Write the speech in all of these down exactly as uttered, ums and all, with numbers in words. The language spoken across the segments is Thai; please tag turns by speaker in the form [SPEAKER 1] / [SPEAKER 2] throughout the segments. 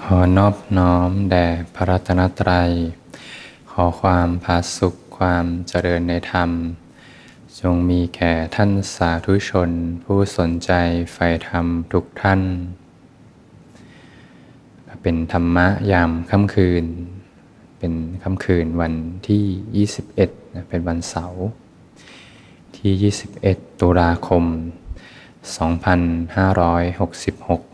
[SPEAKER 1] ขอนอบน้อมแด่พระรัตนตรัยขอความผาสุกความเจริญในธรรมจงมีแก่ท่านสาธุชนผู้สนใจใฝ่ธรรมทุกท่านเป็นธรรมะยามค่ำคืนเป็นค่ำคืนวันที่ยี่สิบเอ็ดนะเป็นวันเสาร์ที่ยี่สิบเอ็ดตุลาคมสองพันห้าร้อยหกสิบหก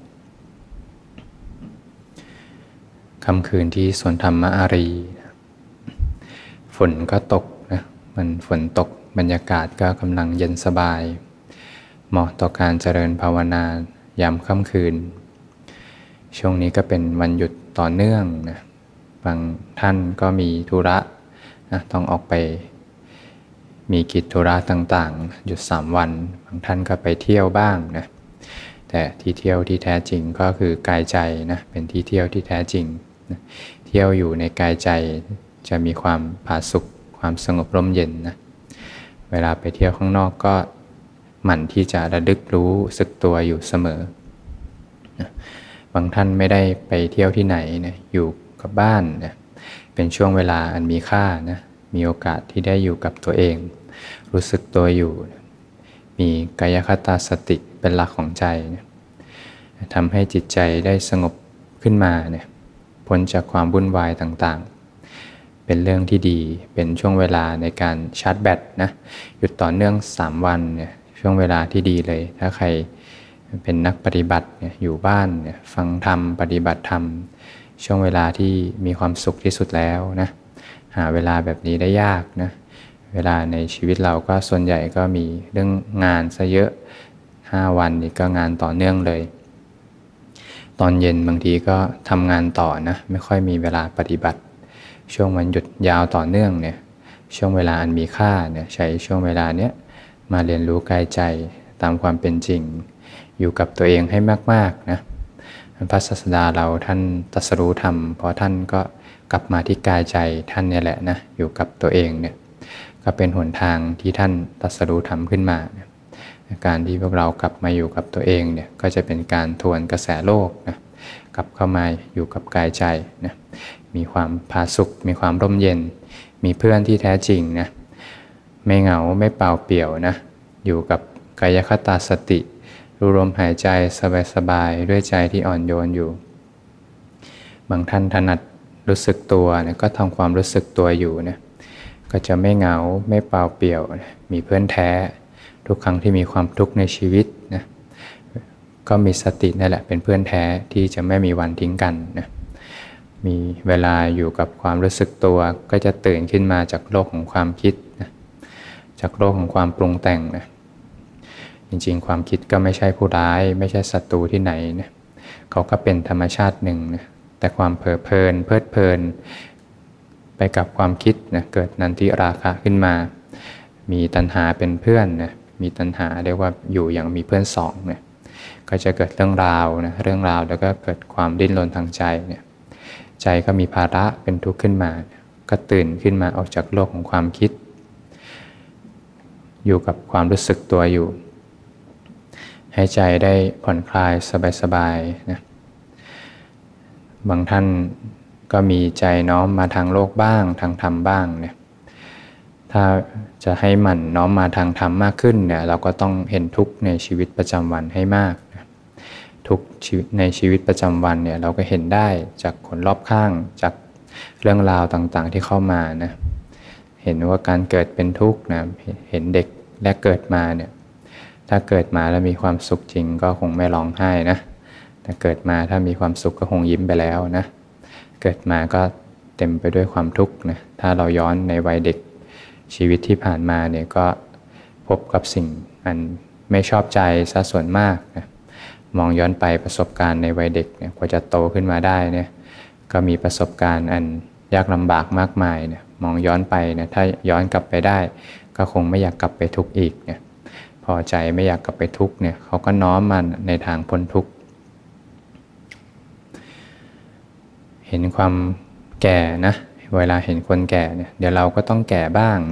[SPEAKER 1] ค่ำคืนที่สวนธรรมอารีฝนก็ตกนะมันฝนตกบรรยากาศก็กำลังเย็นสบายเหมาะต่อการเจริญภาวนายามค่ำคืนช่วงนี้ก็เป็นวันหยุดต่อเนื่องนะบางท่านก็มีธุระนะต้องออกไปมีกิจธุระต่างๆหยุดสามวันบางท่านก็ไปเที่ยวบ้างนะแต่ที่เที่ยวที่แท้จริงก็คือกายใจนะเป็นที่เที่ยวที่แท้จริงนะเที่ยวอยู่ในกายใจจะมีความผาสุกความสงบร่มเย็นนะเวลาไปเที่ยวข้างนอกก็หมั่นที่จะระลึกรู้สึกตัวอยู่เสมอนะบางท่านไม่ได้ไปเที่ยวที่ไหนนะอยู่กับบ้านนะเป็นช่วงเวลาอันมีค่านะมีโอกาสที่ได้อยู่กับตัวเองรู้สึกตัวอยู่นะมีกายคตาสติเป็นหลักของใจนะทำให้จิตใจได้สงบขึ้นมาเนี่ยพ้นจากความวุ่นวายต่างๆเป็นเรื่องที่ดีเป็นช่วงเวลาในการชาร์จแบตนะหยุดต่อเนื่องสามวันเนี่ยช่วงเวลาที่ดีเลยถ้าใครเป็นนักปฏิบัติเนี่ยอยู่บ้านเนี่ยฟังธรรมปฏิบัติธรรมช่วงเวลาที่มีความสุขที่สุดแล้วนะหาเวลาแบบนี้ได้ยากนะเวลาในชีวิตเราก็ส่วนใหญ่ก็มีเรื่องงานซะเยอะห้าวันนี่ก็งานต่อเนื่องเลยตอนเย็นบางทีก็ทำงานต่อนะไม่ค่อยมีเวลาปฏิบัติช่วงวันหยุดยาวต่อเนื่องเนี่ยช่วงเวลาอันมีค่าเนี่ยใช้ช่วงเวลาเนี้ยมาเรียนรู้กายใจตามความเป็นจริงอยู่กับตัวเองให้มากๆนะพระศาสดาเราท่านตรัสรู้ธรรมเพราะท่านก็กลับมาที่กายใจท่านเนี่ยแหละนะอยู่กับตัวเองเนี่ยก็เป็นหนทางที่ท่านตรัสรู้ธรรมขึ้นมาการที่พวกเรากลับมาอยู่กับตัวเองเนี่ยก็จะเป็นการทวนกระแสโลกนะกลับเข้ามาอยู่กับกายใจนะมีความผาสุกมีความร่มเย็นมีเพื่อนที่แท้จริงนะไม่เหงาไม่เปล่าเปลี่ยวนะอยู่กับกายคตาสติรู้ลมหายใจสบายๆด้วยใจที่อ่อนโยนอยู่บางท่านถนัดรู้สึกตัวนะก็ทำความรู้สึกตัวอยู่นะก็จะไม่เหงาไม่เปล่าเปลี่ยวนะมีเพื่อนแท้ทุกครั้งที่มีความทุกข์ในชีวิตนะก็มีสตินั่นแหละเป็นเพื่อนแท้ที่จะไม่มีวันทิ้งกันนะมีเวลาอยู่กับความรู้สึกตัวก็จะตื่นขึ้นมาจากโลกของความคิดนะจากโลกของความปรุงแต่งนะจริงๆความคิดก็ไม่ใช่ผู้ร้ายไม่ใช่ศัตรูที่ไหนนะเขาก็เป็นธรรมชาติหนึ่งนะแต่ความเผลอเพลินเพลิดเพลินไปกับความคิดนะเกิดนันทิราคะขึ้นมามีตัณหาเป็นเพื่อนนะมีตัณหาเรียกว่าอยู่อย่างมีเพื่อนสองเนี่ยก็จะเกิดเรื่องราวนะเรื่องราวแล้วก็เกิดความดิ้นรนทางใจเนี่ยใจก็มีภาระเป็นทุกข์ขึ้นมาก็ตื่นขึ้นมาออกจากโลกของความคิดอยู่กับความรู้สึกตัวอยู่ให้ใจได้ผ่อนคลายสบายๆนะบางท่านก็มีใจน้อมมาทางโลกบ้างทางธรรมบ้างเนี่ยถ้าจะให้หมั่นน้อมมาทางธรรมมากขึ้นเนี่ยเราก็ต้องเห็นทุกข์ในชีวิตประจำวันให้มากนะทุกข์ในชีวิตประจำวันเนี่ยเราก็เห็นได้จากคนรอบข้างจากเรื่องราวต่างๆที่เข้ามานะเห็นว่าการเกิดเป็นทุกข์นะเห็นเด็กแรกเกิดมาเนี่ยถ้าเกิดมาแล้วมีความสุขจริงก็คงไม่ร้องไห้นะแต่เกิดมาถ้ามีความสุขก็คงยิ้มไปแล้วนะเกิดมาก็เต็มไปด้วยความทุกข์นะถ้าเราย้อนในวัยเด็กชีวิตที่ผ่านมาเนี่ยก็พบกับสิ่งอันไม่ชอบใจซะส่วนมากนะมองย้อนไปประสบการณ์ในวัยเด็กเนี่ยกว่าจะโตขึ้นมาได้เนี่ยก็มีประสบการณ์อันยากลำบากมากมายเนี่ยมองย้อนไปเนี่ยถ้าย้อนกลับไปได้ก็คงไม่อยากกลับไปทุกข์อีกเนี่ยพอใจไม่อยากกลับไปทุกข์เนี่ยเขาก็น้อมมันในทางพ้นทุกข์เห็นความแก่นะเวลาเห็นคนแก่เนี่ยเดี๋ยวเราก็ต้องแก่บ้างนะ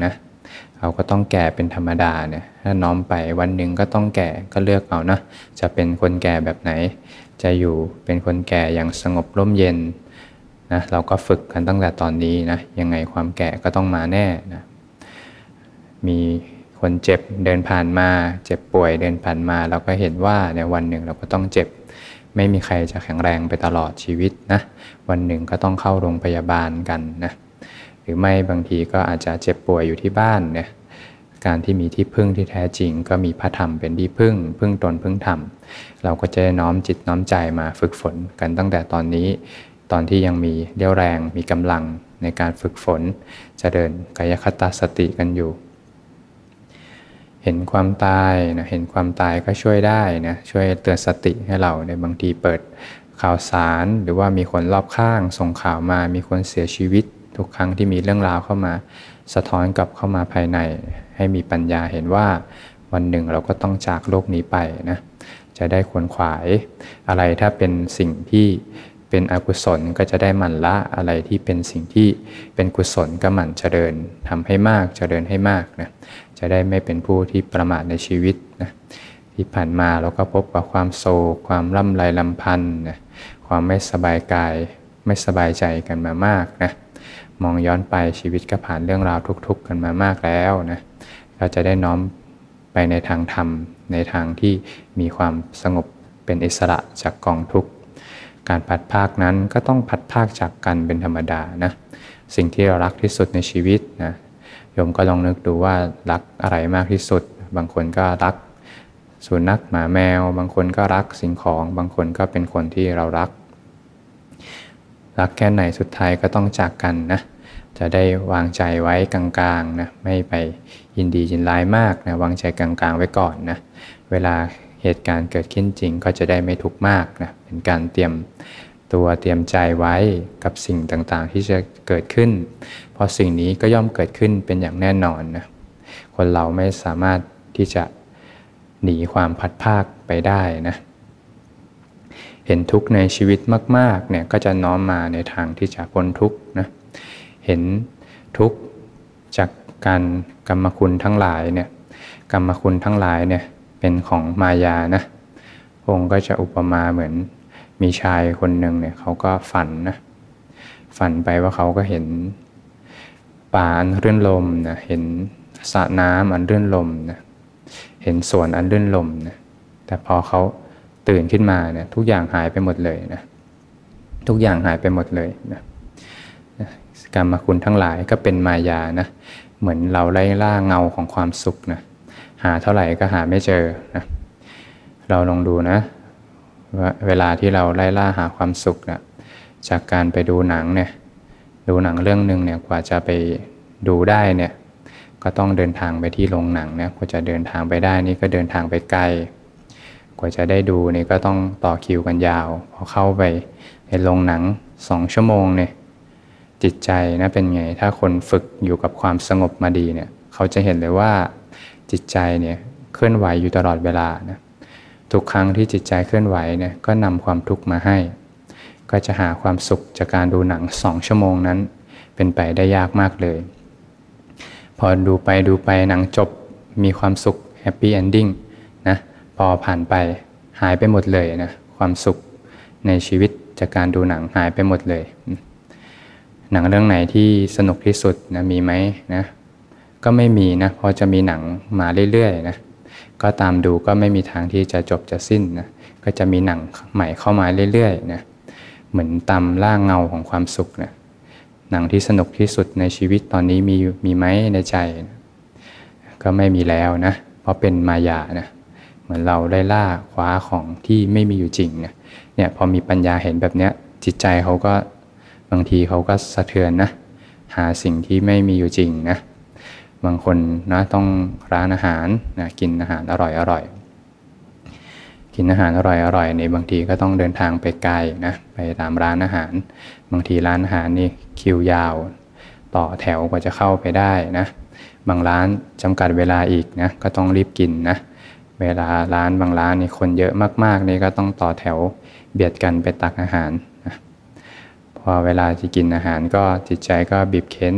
[SPEAKER 1] เราก็ต้องแก่เป็นธรรมดาเนี่ยถ้าน้อมไปวันหนึ่งก็ต้องแก่ก็เลือกเอานะจะเป็นคนแก่แบบไหนจะอยู่เป็นคนแก่อย่างสงบร่มเย็นนะเราก็ฝึกกันตั้งแต่ตอนนี้นะยังไงความแก่ก็ต้องมาแน่นะมีคนเจ็บเดินผ่านมาเจ็บป่วยเดินผ่านมาเราก็เห็นว่าในวันหนึ่งเราก็ต้องเจ็บไม่มีใครจะแข็งแรงไปตลอดชีวิตนะวันหนึ่งก็ต้องเข้าโรงพยาบาลกันนะหรือไม่บางทีก็อาจจะเจ็บป่วยอยู่ที่บ้านเนี่ยการที่มีที่พึ่งที่แท้จริงก็มีพระธรรมเป็นที่พึ่งพึ่งตนพึ่งธรรมเราก็จะน้อมจิตน้อมใจมาฝึกฝนกันตั้งแต่ตอนนี้ตอนที่ยังมีเรี่ยวแรงมีกำลังในการฝึกฝนเจริญกายคตสติกันอยู่เห็นความตายนะเห็นความตายก็ช่วยได้นะช่วยเตือนสติให้เราในบางทีเปิดข่าวสารหรือว่ามีคนรอบข้างส่งข่าวมามีคนเสียชีวิตทุกครั้งที่มีเรื่องราวเข้ามาสะท้อนกลับเข้ามาภายในให้มีปัญญาเห็นว่าวันหนึ่งเราก็ต้องจากโลกนี้ไปนะจะได้ขวนขวายอะไรถ้าเป็นสิ่งที่เป็นอกุศลก็จะได้หมั่นละอะไรที่เป็นสิ่งที่เป็นกุศลก็หมั่นเจริญทำให้มากเจริญให้มากนะจะได้ไม่เป็นผู้ที่ประมาทในชีวิตนะที่ผ่านมาเราก็พบกับความโศกความร่ำไรลำพันธ์นะความไม่สบายกายไม่สบายใจกันมามากนะมองย้อนไปชีวิตก็ผ่านเรื่องราวทุกข์ๆกันมามากแล้วนะเราจะได้น้อมไปในทางธรรมในทางที่มีความสงบเป็นอิสระจากกองทุกข์การพัดภาคนั้นก็ต้องพัดภาคจากกันเป็นธรรมดานะสิ่งที่เรารักที่สุดในชีวิตนะโยมก็ลองนึกดูว่ารักอะไรมากที่สุดบางคนก็รักสุนัขหมาแมวบางคนก็รักสิ่งของบางคนก็เป็นคนที่เรารักรักแค่ไหนสุดท้ายก็ต้องจากกันนะจะได้วางใจไว้กลางๆนะไม่ไปยินดียินร้ายมากนะวางใจกลางๆไว้ก่อนนะเวลาเหตุการณ์เกิดขึ้นจริงก็จะได้ไม่ทุกข์มากนะเป็นการเตรียมตัวเตรียมใจไว้กับสิ่งต่างๆที่จะเกิดขึ้นเพราะสิ่งนี้ก็ย่อมเกิดขึ้นเป็นอย่างแน่นอนนะคนเราไม่สามารถที่จะหนีความพัดภาคไปได้นะเห็นทุกข์ในชีวิตมากๆเนี่ยก็จะน้อมมาในทางที่จะพ้นทุกข์นะเห็นทุกข์จากการกรรมคุณทั้งหลายเนี่ยกรรมคุณทั้งหลายเนี่ยเป็นของมายานะองค์ก็จะอุปมาเหมือนมีชายคนหนึ่งเนี่ยเขาก็ฝันนะฝันไปว่าเขาก็เห็นป่าอันรื่นรมนะเห็นสระน้ำอันรื่นรมนะเห็นสวนอันรื่นรมนะแต่พอเขาตื่นขึ้นมาเนี่ยทุกอย่างหายไปหมดเลยนะทุกอย่างหายไปหมดเลยนะกรรมคุณทั้งหลายก็เป็นมายานะเหมือนเราไล่ล่าเงาของความสุขนะหาเท่าไหร่ก็หาไม่เจอนะเราลองดูนะว่าเวลาที่เราไล่ล่าหาความสุขนะจากการไปดูหนังเนี่ยดูหนังเรื่องนึงเนี่ยกว่าจะไปดูได้เนี่ยก็ต้องเดินทางไปที่โรงหนังนะกว่าจะเดินทางไปได้นี่ก็เดินทางไปไกลกว่าจะได้ดูนี่ก็ต้องต่อคิวกันยาวพอเข้าไปในโรงหนังสองชั่วโมงเนี่ยจิตใจนะเป็นไงถ้าคนฝึกอยู่กับความสงบมาดีเนี่ยเขาจะเห็นเลยว่าจิตใจเนี่ยเคลื่อนไหวอยู่ตลอดเวลานะทุกครั้งที่จิตใจเคลื่อนไหวเนี่ยก็นำความทุกข์มาให้ก็จะหาความสุขจากการดูหนังสองชั่วโมงนั้นเป็นไปได้ยากมากเลยพอดูไปดูไปหนังจบมีความสุขแฮปปี้เอนดิ้งนะพอผ่านไปหายไปหมดเลยนะความสุขในชีวิตจากการดูหนังหายไปหมดเลยหนังเรื่องไหนที่สนุกที่สุดนะมีไหมนะก็ไม่มีนะพอจะมีหนังมาเรื่อยๆนะก็ตามดูก็ไม่มีทางที่จะจบจะสิ้นนะก็จะมีหนังใหม่เข้ามาเรื่อยๆนะเหมือนตามล่าเงาของความสุขนะหนังที่สนุกที่สุดในชีวิตตอนนี้มีมีไหมในใจนะก็ไม่มีแล้วนะเพราะเป็นมายานะเหมือนเราได้ล่าคว้าของที่ไม่มีอยู่จริงนะเนี่ยพอมีปัญญาเห็นแบบเนี้ยจิตใจเขาก็บางทีเขาก็สะเทือนนะหาสิ่งที่ไม่มีอยู่จริงนะบางคนนะต้องร้านอาหารนะกินอาหารอร่อยอร่อยกินอาหารอร่อยอร่อยในบางทีก็ต้องเดินทางไปไกลนะไปตามร้านอาหารบางทีร้านอาหารนี่คิวยาวต่อแถวกว่าจะเข้าไปได้นะบางร้านจำกัดเวลาอีกนะก็ต้องรีบกินนะเวลาร้านบางร้านนี่คนเยอะมากๆนี่ก็ต้องต่อแถวเบียดกันไปตักอาหารนะพอเวลาจะกินอาหารก็จิตใจก็บีบเค้นนะ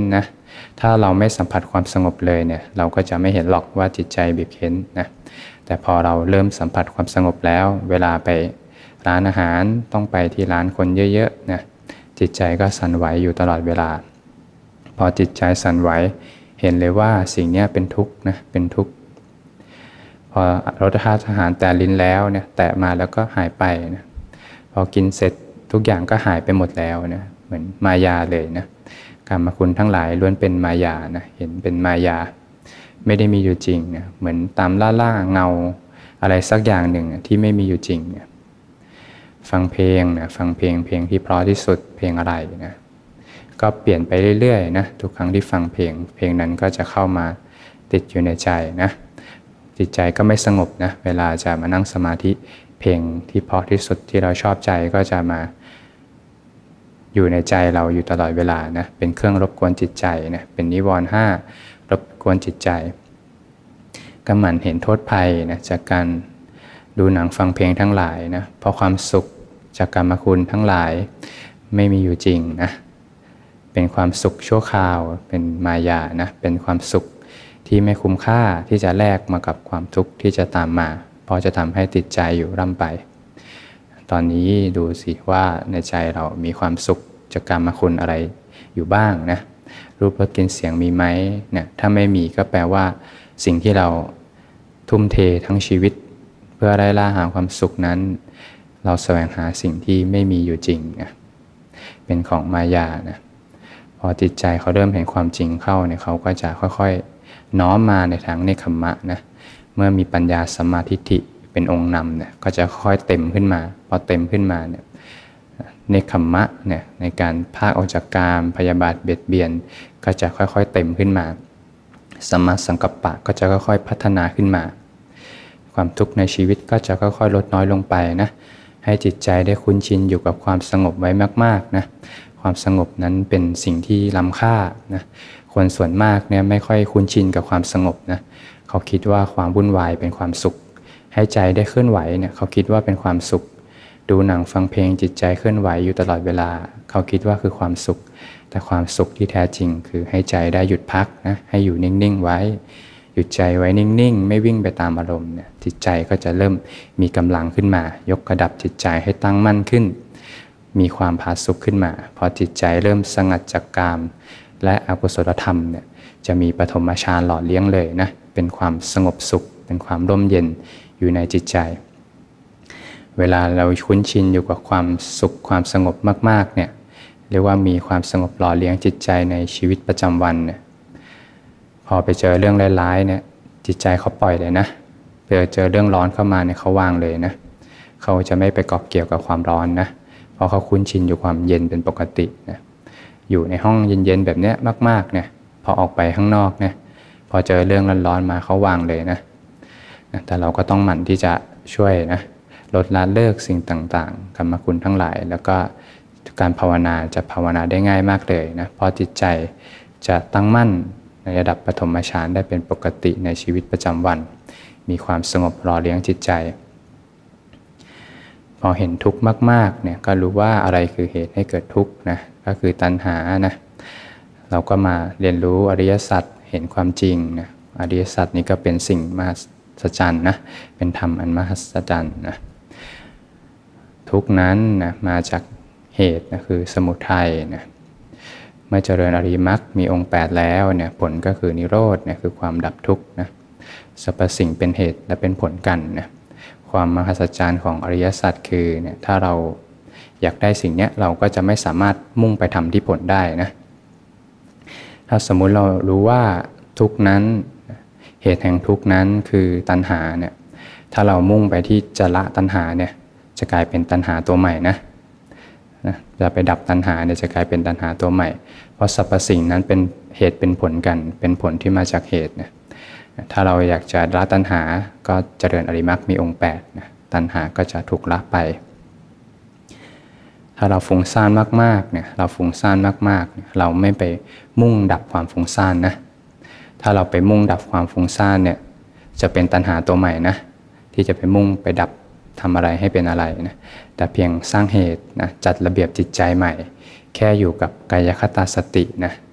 [SPEAKER 1] ถ้าเราไม่สัมผัสความสงบเลยเนี่ยเราก็จะไม่เห็นหรอกว่าจิตใจบีบเค้นนะแต่พอเราเริ่มสัมผัสความสงบแล้วเวลาไปร้านอาหารต้องไปที่ร้านคนเยอะๆนะจิตใจก็สั่นไหวอยู่ตลอดเวลาพอจิตใจสั่นไหวเห็นเลยว่าสิ่งนี้เป็นทุกข์นะเป็นทุกข์พอรสชาติอาหารแต่ลิ้นแล้วเนี่ยแตะมาแล้วก็หายไปนะพอกินเสร็จทุกอย่างก็หายไปหมดแล้วนะเหมือนมายาเลยนะกามคุณทั้งหลายล้วนเป็นมายานะเห็นเป็นมายาไม่ได้มีอยู่จริงนะเหมือนตามล่าๆเงาอะไรสักอย่างหนึ่งที่ไม่มีอยู่จริงนะฟังเพลงนะฟังเพลงเพลงที่เพราะที่สุดเพลงอะไรนะก็เปลี่ยนไปเรื่อยๆนะทุกครั้งที่ฟังเพลงเพลงนั้นก็จะเข้ามาติดอยู่ในใจนะจิตใจก็ไม่สงบนะเวลาจะมานั่งสมาธิเพลงที่เพราะที่สุดที่เราชอบใจก็จะมาอยู่ในใจเราอยู่ตลอดเวลานะเป็นเครื่องรบกวนจิตใจนะเป็นนิวรณ์ห้ารบกวนจิตใจก็หมั่นเห็นโทษภัยนะจากการดูหนังฟังเพลงทั้งหลายนะเพราะความสุขจากกรรมคุณทั้งหลายไม่มีอยู่จริงนะเป็นความสุขชั่วคราวเป็นมายานะเป็นความสุขที่ไม่คุ้มค่าที่จะแลกมากับความทุกข์ที่จะตามมาเพราะจะทำให้ติดใจอยู่ร่ำไปตอนนี้ดูสิว่าในใจเรามีความสุขจากกรรมคุณอะไรอยู่บ้างนะรูปรสกลิ่นเสียงมีไหมเนี่ยถ้าไม่มีก็แปลว่าสิ่งที่เราทุ่มเททั้งชีวิตเพื่อได้ล่าหาความสุขนั้นเราแสวงหาสิ่งที่ไม่มีอยู่จริงนะเป็นของมายานะพอจิตใจเขาเริ่มเห็นความจริงเข้าเนี่ยเขาก็จะค่อยๆน้อมมาในทางเนคขมะนะเมื่อมีปัญญาสัมมาทิฏฐิเป็นองค์นำเนี่ยก็จะค่อยเต็มขึ้นมาพอเต็มขึ้นมาเนี่ยเนคขมะเนี่ยในการพากออกจากกามพยาบาทเบียดเบียนก็จะค่อยๆเต็มขึ้นมาสัมมาสังกัปปะก็จะค่อยๆพัฒนาขึ้นมาความทุกข์ในชีวิตก็จะค่อยๆลดน้อยลงไปนะให้จิตใจได้คุ้นชินอยู่กับความสงบไว้มากๆนะความสงบนั้นเป็นสิ่งที่ล้ำค่านะคนส่วนมากเนี่ยไม่ค่อยคุ้นชินกับความสงบนะเขาคิดว่าความวุ่นวายเป็นความสุขให้ใจได้เคลื่อนไหวเนี่ยเขาคิดว่าเป็นความสุขดูหนังฟังเพลงจิตใจเคลื่อนไหวอยู่ตลอดเวลาเขาคิดว่าคือความสุขแต่ความสุขที่แท้จริงคือให้ใจได้หยุดพักนะให้อยู่นิ่งๆไว้หยุดใจไว้นิ่งๆไม่วิ่งไปตามอารมณ์เนี่ยจิตใจก็จะเริ่มมีกำลังขึ้นมายกระดับจิตใจให้ตั้งมั่นขึ้นมีความผาสุกขึ้นมาพอจิตใจเริ่มสงัดจากกามและอกุศลธรรมเนี่ยจะมีปฐมฌานหล่อเลี้ยงเลยนะเป็นความสงบสุขเป็นความร่มเย็นอยู่ในจิตใจเวลาเราคุ้นชินอยู่กับความสุขความสงบมากๆเนี่ยเรียกว่ามีความสงบหล่อเลี้ยงจิตใจในชีวิตประจำวันเนี่ยพอไปเจอเรื่องร้ายๆเนี่ยจิตใจเขาปล่อยเลยนะเจอเจอเรื่องร้อนเข้ามาเนี่ยเขาวางเลยนะเขาจะไม่ไปเกาะเกี่ยวกับความร้อนนะเพราะเขาคุ้นชินอยู่ความเย็นเป็นปกตินะอยู่ในห้องเย็นๆแบบเนี้ยมากๆเนี่ยพอออกไปข้างนอกเนี่ยพอเจอเรื่องร้อนๆมาเขาวางเลยนะแต่เราก็ต้องหมั่นที่จะช่วยนะลดละเลิกสิ่งต่างๆกรรมคุณทั้งหลายแล้วก็การภาวนาจะภาวนาได้ง่ายมากเลยนะเพราะจิตใจจะตั้งมั่นในระดับปฐมฌานได้เป็นปกติในชีวิตประจำวันมีความสงบหล่อเลี้ยงจิตใจพอเห็นทุกข์มากๆเนี่ยก็รู้ว่าอะไรคือเหตุให้เกิดทุกข์นะก็คือตัณหานะเราก็มาเรียนรู้อริยสัจเห็นความจริงนะอริยสัจนี้ก็เป็นสิ่งมหัศจรรย์นะเป็นธรรมอันมหัศจรรย์นะทุกข์นั้นนะมาจากเหตุนะคือสมุทัยนะเมื่อเจริญอริยมรรคมีองค์แปดแล้วเนี่ยผลก็คือนิโรธเนี่ยคือความดับทุกข์นะสรรพสิ่งเป็นเหตุและเป็นผลกันนะความมหัศจรรย์ของอริยสัจคือเนี่ยถ้าเราอยากได้สิ่งนี้เราก็จะไม่สามารถมุ่งไปทำที่ผลได้นะถ้าสมมุติเรารู้ว่าทุกข์นั้นเหตุแห่งทุกข์นั้นคือตัณหาเนี่ยถ้าเรามุ่งไปที่จะละตัณหาเนี่ยจะกลายเป็นตัณหาตัวใหม่นะนะจะไปดับตัณหาเนี่ยจะกลายเป็นตัณหาตัวใหม่เพราะสรรพสิ่งนั้นเป็นเหตุเป็นผลกันเป็นผลที่มาจากเหตุนะถ้าเราอยากจะละตัณหาก็เจริญอริยมรรคมีองค์แปดนะตัณหาก็จะถูกละไปถ้าเราฟุ้งซ่านมากๆเนี่ยเราฟุ้งซ่านมากๆเนี่ยเราไม่ไปมุ่งดับความฟุ้งซ่านนะถ้าเราไปมุ่งดับความฟุ้งซ่านเนี่ยจะเป็นตัณหาตัวใหม่นะที่จะไปมุ่งไปดับทำอะไรให้เป็นอะไรนะแต่เพียงสร้างเหตุนะจัดระเบียบจิตใจใหม่แค่อยู่กับกายคตาสตินะ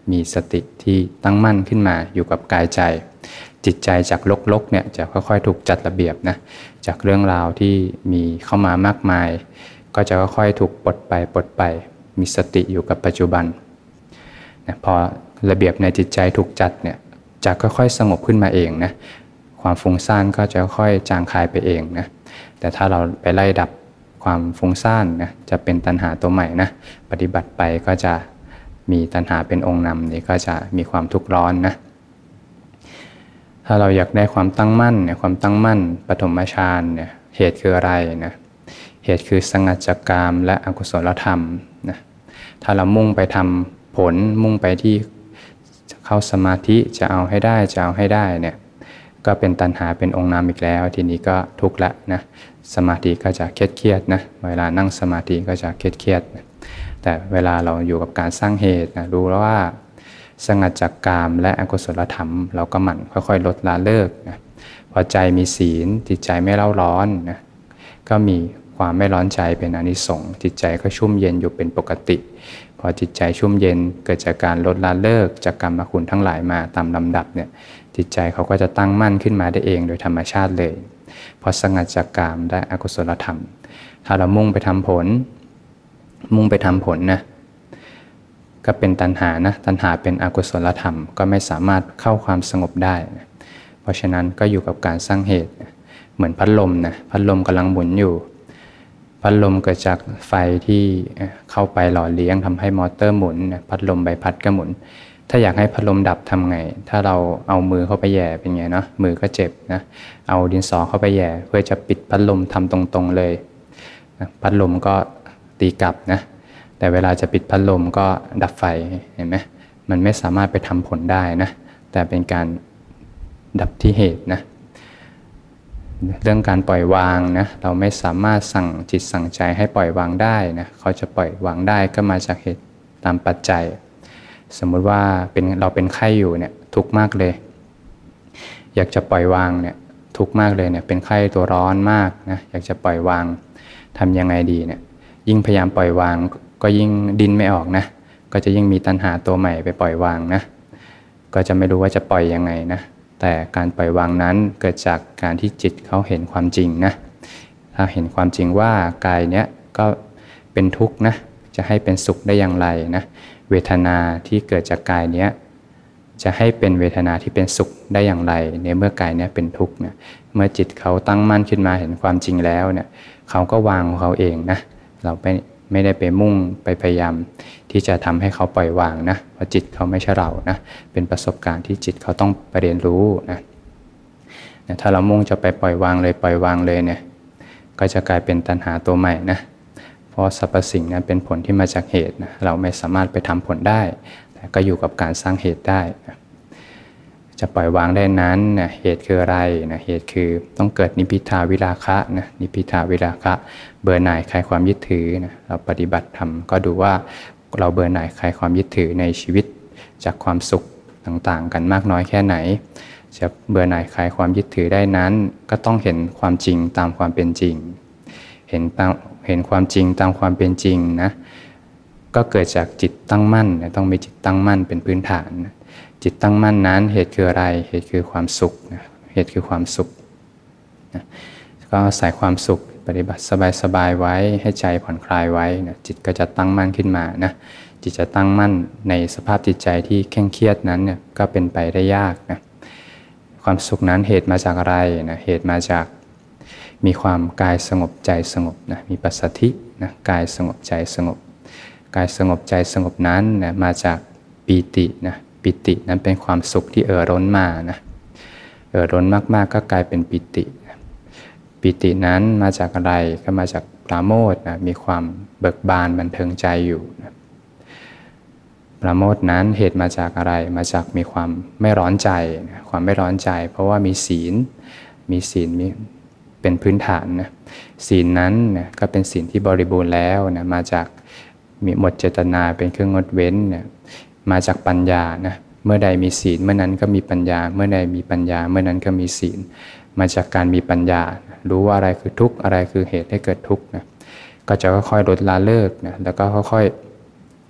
[SPEAKER 1] มีสติที่ตั้งมั่นขึ้นมาอยู่กับกายใจจิตใจจากลกๆเนี่ยจะค่อยๆถูกจัดระเบียบนะจากเรื่องราวที่มีเข้ามามากมายก็จะค่อยๆถูกปลดไปปลดไปมีสติอยู่กับปัจจุบันนะพอระเบียบในจิตใจถูกจัดเนี่ยจะค่อยๆสงบขึ้นมาเองนะความฟุ้งซ่านก็จะค่อยจางคายไปเองนะแต่ถ้าเราไปไล่ดับความฟุ้งซ่านนะจะเป็นตัณหาตัวใหม่นะปฏิบัติไปก็จะมีตัณหาเป็นองค์นำนี่ก็จะมีความทุกข์ร้อนนะถ้าเราอยากได้ความตั้งมั่นเนี่ยความตั้งมั่นปฐมฌานเนี่ยเหตุคืออะไรนะเหตุคือสงัดจากกามและอกุศลธรรมนะถ้าเรามุ่งไปทำผลมุ่งไปที่เข้าสมาธิจะเอาให้ได้จะเอาให้ได้เนี่ยก็เป็นตัณหาเป็นองค์นามอีกแล้วทีนี้ก็ทุกข์ละนะสมาธิก็จะเครียดเครียดนะเวลานั่งสมาธิก็จะเครียดเครียดนะแต่เวลาเราอยู่กับการสร้างเหตุนะรู้แล้วว่าสงัดจากกามและอกุศลธรรมเราก็หมั่นค่อยๆลดละเลิกนะพอใจมีศีลจิตใจไม่เล่าร้อนนะก็มีความไม่ร้อนใจเป็นอานิสงส์จิตใจก็ชุ่มเย็นอยู่เป็นปกติพอจิตใจชุ่มเย็นเกิดจากการลดละเลิกจากกรรมคุณทั้งหลายมาตามลำดับเนี่ยจิตใจเขาก็จะตั้งมั่นขึ้นมาได้เองโดยธรรมชาติเลยพอสงัดจากกามและอกุศลธรรมถ้าเรามุ่งไปทำผลมุ่งไปทำผลนะก็เป็นตัณหานะตัณหาเป็นอกุศลธรรมก็ไม่สามารถเข้าความสงบได้นะเพราะฉะนั้นก็อยู่กับการสร้างเหตุนะเหมือนพัดลมนะพัดลมกำลังหมุนอยู่พัดลมเกิดจากไฟที่เข้าไปหล่อเลี้ยงทำให้มอเตอร์หมุนนะพัดลมใบพัดก็หมุนถ้าอยากให้พัดลมดับทำไงถ้าเราเอามือเข้าไปแย่เป็นไงเนาะมือก็เจ็บนะเอาดินสอเข้าไปแย่เพื่อจะปิดพัดลมทำตรงๆเลยนะพัดลมก็ตีกลับนะแต่เวลาจะปิดพัดลมก็ดับไฟเห็นไหมมันไม่สามารถไปทำผลได้นะแต่เป็นการดับที่เหตุนะเรื่องการปล่อยวางนะเราไม่สามารถสั่งจิตสั่งใจให้ปล่อยวางได้นะเขาจะปล่อยวางได้ก็มาจากเหตุตามปัจจัยสมมุติว่าเป็นเราเป็นไข้อยู่เนี่ยทุกข์มากเลยอยากจะปล่อยวางเนี่ยทุกข์มากเลยเนี่ยเป็นไข้ตัวร้อนมากนะอยากจะปล่อยวางทำยังไงดีเนี่ยยิ่งพยายามปล่อยวางก็ยิ่งดิ้นไม่ออกนะก็จะยิ่งมีตัณหาตัวใหม่ไปปล่อยวางนะก็จะไม่รู้ว่าจะปล่อยยังไงนะแต่การปล่อยวางนั้นเกิดจากการที่จิตเขาเห็นความจริงนะถ้าเห็นความจริงว่ากายเนี้ยก็เป็นทุกข์นะจะให้เป็นสุขได้อย่างไรนะเวทนาที่เกิดจากกายเนี้ยจะให้เป็นเวทนาที่เป็นสุขได้อย่างไรในเมื่อกายเนี้ยเป็นทุกข์นะเมื่อจิตเขาตั้งมั่นขึ้นมาเห็นความจริงแล้วเนี่ยเขาก็วางของเขาเองนะเราไม่ไม่ได้ไปมุ่งไปพยายามที่จะทำให้เขาปล่อยวางนะเพราะจิตเขาไม่ใช่เรานะเป็นประสบการณ์ที่จิตเขาต้องไปเรียนรู้นะถ้าเรามุ่งจะไปปล่อยวางเลยปล่อยวางเลยเนี่ยก็จะกลายเป็นตัณหาตัวใหม่นะเพราะสรรพสิ่งนั้นเป็นผลที่มาจากเหตุนะเราไม่สามารถไปทำผลได้แต่ก็อยู่กับการสร้างเหตุได้นะจะปล่อยวางได้นั้นนะเหตุคืออะไรนะเหตุคือต้องเกิดนิพพิทาวิราคะนะนิพพิทาวิราคะเบื่อหน่ายคลายความยึดถือนะเราปฏิบัติธรรมก็ดูว่าเราเบื่อหน่ายคลายความยึดถือในชีวิตจากความสุขต่างๆกันมากน้อยแค่ไหนจะเบื่อหน่ายคลายความยึดถือได้นั้นก็ต้องเห็นความจริงตามความเป็นจริงเห็นตามเห็นความจริงตามความเป็นจริงนะก็เกิดจากจิตตั้งมั่นนะต้องมีจิตตั้งมั่นเป็นพื้นฐานนะจิตตั้งมั่นนั้นเหตุคืออะไรเหตุคือความสุขนะเหตุคือความสุขนะก็ใส่ความสุขปฏิบัติสบายๆไว้ให้ใจผ่อนคลายไว้นะจิตก็จะตั้งมั่นขึ้นมานะจิตจะตั้งมั่นในสภาพจิตใจที่เคร่งเครียดนั้นเนี่ยก็เป็นไปได้ยากนะความสุขนั้นเหตุมาจากอะไรนะเหตุมาจากมีความกายสงบใจสงบนะมีปัสสัทธินะกายสงบใจสงบกายสงบใจสงบนั้นนะมาจากปีตินะปิตินั้นเป็นความสุขที่เอ่อร้นมานะเอ่อร้นมากๆก็กลายเป็นปิติปิตินั้นมาจากอะไรก็มาจากปราโมทย์นะมีความเบิกบานบันเทิงใจอยู่นะปราโมทย์นั้นเหตุมาจากอะไรมาจากมีความไม่ร้อนใจนะความไม่ร้อนใจเพราะว่ามีศีลมีศีลมีเป็นพื้นฐานนะศีลนั้นนะก็เป็นศีลที่บริบูรณ์แล้วนะมาจากมีหมดเจตนาเป็นเครื่องงดเว้นนะมาจากปัญญานะเมื่อใดมีศีลเมื่อนั้นก็มีปัญญาเมื่อใดมีปัญญาเมื่อนั้นก็มีศีลมาจากการมีปัญญารู้ว่าอะไรคือทุกข์อะไรคือเหตุให้เกิดทุกข์นะก็จะค่อยๆลดละเลิกนะแล้วก็ค่อยๆ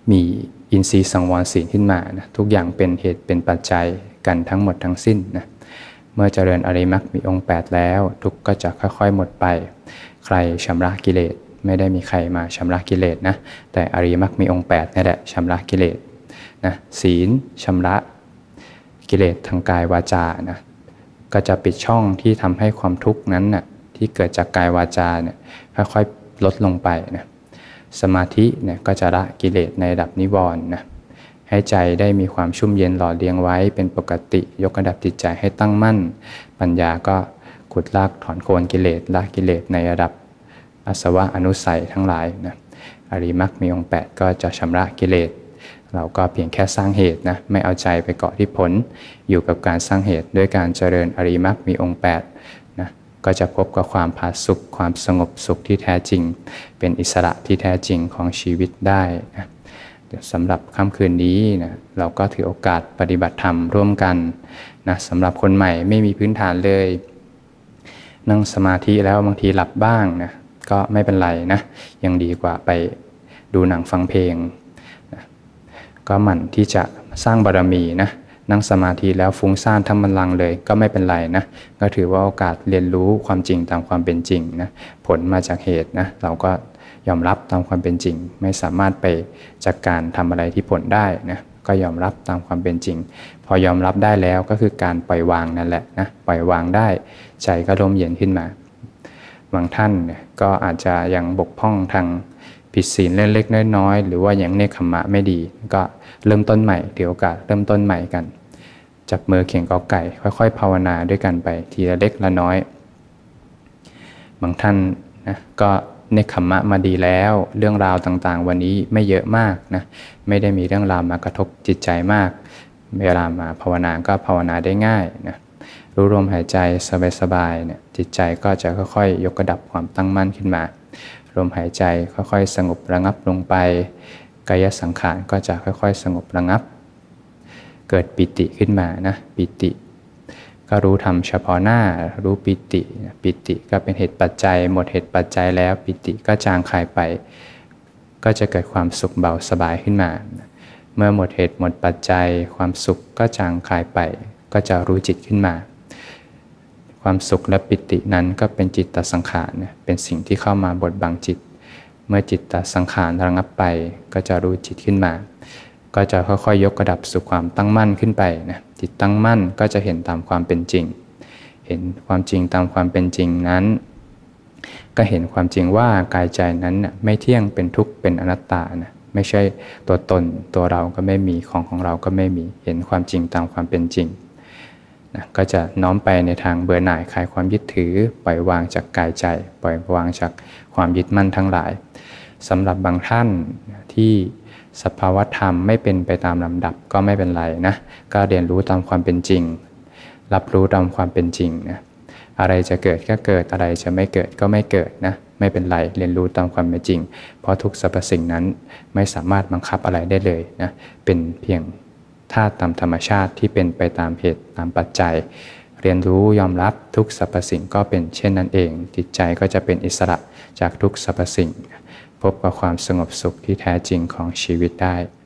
[SPEAKER 1] มีอินทรีย์สังวรศีลขึ้นมานะทุกอย่างเป็นเหตุเป็นปัจจัยกันทั้งหมดทั้งสิ้นนะเมื่อเจริญอริยมรรคมีองค์แปดแล้วทุกข์ก็จะค่อยๆหมดไปใครชำระกิเลสไม่ได้มีใครมาชำระกิเลสนะแต่อริยมรรคมีองค์แปดนี่แหละชำระกิเลสนะศีลชำระกิเลสทางกายวาจานะก็จะปิดช่องที่ทำให้ความทุกข์นั้นนะที่เกิดจากกายวาจาเนี่ยค่อยๆลดลงไปนะสมาธิเนี่ยก็จะละกิเลสในระดับนิวรณ์นะให้ใจได้มีความชุ่มเย็นหล่อเลี้ยงไว้เป็นปกติยกระดับจิตใจให้ตั้งมั่นปัญญาก็ขุดลากถอนโคนกิเลสละกิเลสในระดับอาสวะอนุสัยทั้งหลายนะอริยมรรคมีองค์แปดก็จะชำระกิเลสเราก็เพียงแค่สร้างเหตุนะไม่เอาใจไปเกาะที่ผลอยู่กับการสร้างเหตุด้วยการเจริญอริยมรรคมีองค์แปดนะก็จะพบกับความผาสุกความสงบสุขที่แท้จริงเป็นอิสระที่แท้จริงของชีวิตได้นะสำหรับค่ำคืนนี้นะเราก็ถือโอกาสปฏิบัติธรรมร่วมกันนะสำหรับคนใหม่ไม่มีพื้นฐานเลยนั่งสมาธิแล้วบางทีหลับบ้างนะก็ไม่เป็นไรนะยังดีกว่าไปดูหนังฟังเพลงนะก็หมั่นที่จะสร้างบารมีนะนั่งสมาธิแล้วฟุ้งซ่านทั้งบัลลังก์เลยก็ไม่เป็นไรนะก็ถือว่าโอกาสเรียนรู้ความจริงตามความเป็นจริงนะผลมาจากเหตุนะเราก็ยอมรับตามความเป็นจริงไม่สามารถไปจัดการทำอะไรที่ผลได้นะก็ยอมรับตามความเป็นจริงพอยอมรับได้แล้วก็คือการปล่อยวางนั่นแหละนะปล่อยวางได้ใจก็ร่มเย็นขึ้นมาบางท่านเนี่ยก็อาจจะยังบกพร่องทางผิดศีลเล็กๆน้อยๆหรือว่ายังเนกขัมมะไม่ดีก็เริ่มต้นใหม่ถือโอกาสเริ่มต้นใหม่กันจับมือเขียงกอไก่ค่อยๆภาวนาด้วยกันไปทีละเล็กละน้อยบางท่านนะก็เนกขัมมะมาดีแล้วเรื่องราวต่างๆวันนี้ไม่เยอะมากนะไม่ได้มีเรื่องราวมากระทบจิตใจมากเวลามาภาวนาก็ภาวนาได้ง่ายนะรู้ลมหายใจสบายๆเนี่ยจิตใจก็จะค่อยๆยกระดับความตั้งมั่นขึ้นมาลมหายใจค่อยๆสงบระงับลงไปกายสังขารก็จะค่อยๆสงบระงับเกิดปิติขึ้นมานะปิติก็รู้ทำเฉพาะหน้ารู้ปิติปิติก็เป็นเหตุปัจจัยหมดเหตุปัจจัยแล้วปิติก็จางคายไปก็จะเกิดความสุขเบาสบายขึ้นมาเมื่อหมดเหตุหมดปัจจัยความสุขก็จางคายไปก็จะรู้จิตขึ้นมาความสุขและปิตินั้นก็เป็นจิตตสังขารนะเป็นสิ่งที่เข้ามาบดบังจิตเมื่อจิตตสังขารระงับไปก็จะรู้จิตขึ้นมาก็จะค่อยๆยกระดับสู่ความตั้งมั่นขึ้นไปนะจิตตั้งมั่นก็จะเห็นตามความเป็นจริงเห็นความจริงตามความเป็นจริงนั้นก็เห็นความจริงว่ากายใจนั้นนะไม่เที่ยงเป็นทุกข์เป็นอนัตตานะไม่ใช่ตัวตนตัวเราก็ไม่มีของของเราก็ไม่มีเห็นความจริงตามความเป็นจริงนะก็จะน้อมไปในทางเบื่อหน่ายคลายความยึดถือปล่อยวางจากกายใจปล่อยวางจากความยึดมั่นทั้งหลายสำหรับบางท่านที่สภาวธรรมไม่เป็นไปตามลำดับก็ไม่เป็นไรนะก็เรียนรู้ตามความเป็นจริงรับรู้ตามความเป็นจริงนะอะไรจะเกิดก็เกิดอะไรจะไม่เกิดก็ไม่เกิดนะไม่เป็นไรเรียนรู้ตามความเป็นจริงเพราะทุกสรรพสิ่งนั้นไม่สามารถบังคับอะไรได้เลยนะเป็นเพียงธาตุตามธรรมชาติที่เป็นไปตามเหตุตามปัจจัยเรียนรู้ยอมรับทุกสรรพสิ่งก็เป็นเช่นนั้นเองจิตใจก็จะเป็นอิสระจากทุกสรรพสิ่งพบกับความสงบสุขที่แท้จริงของชีวิตได้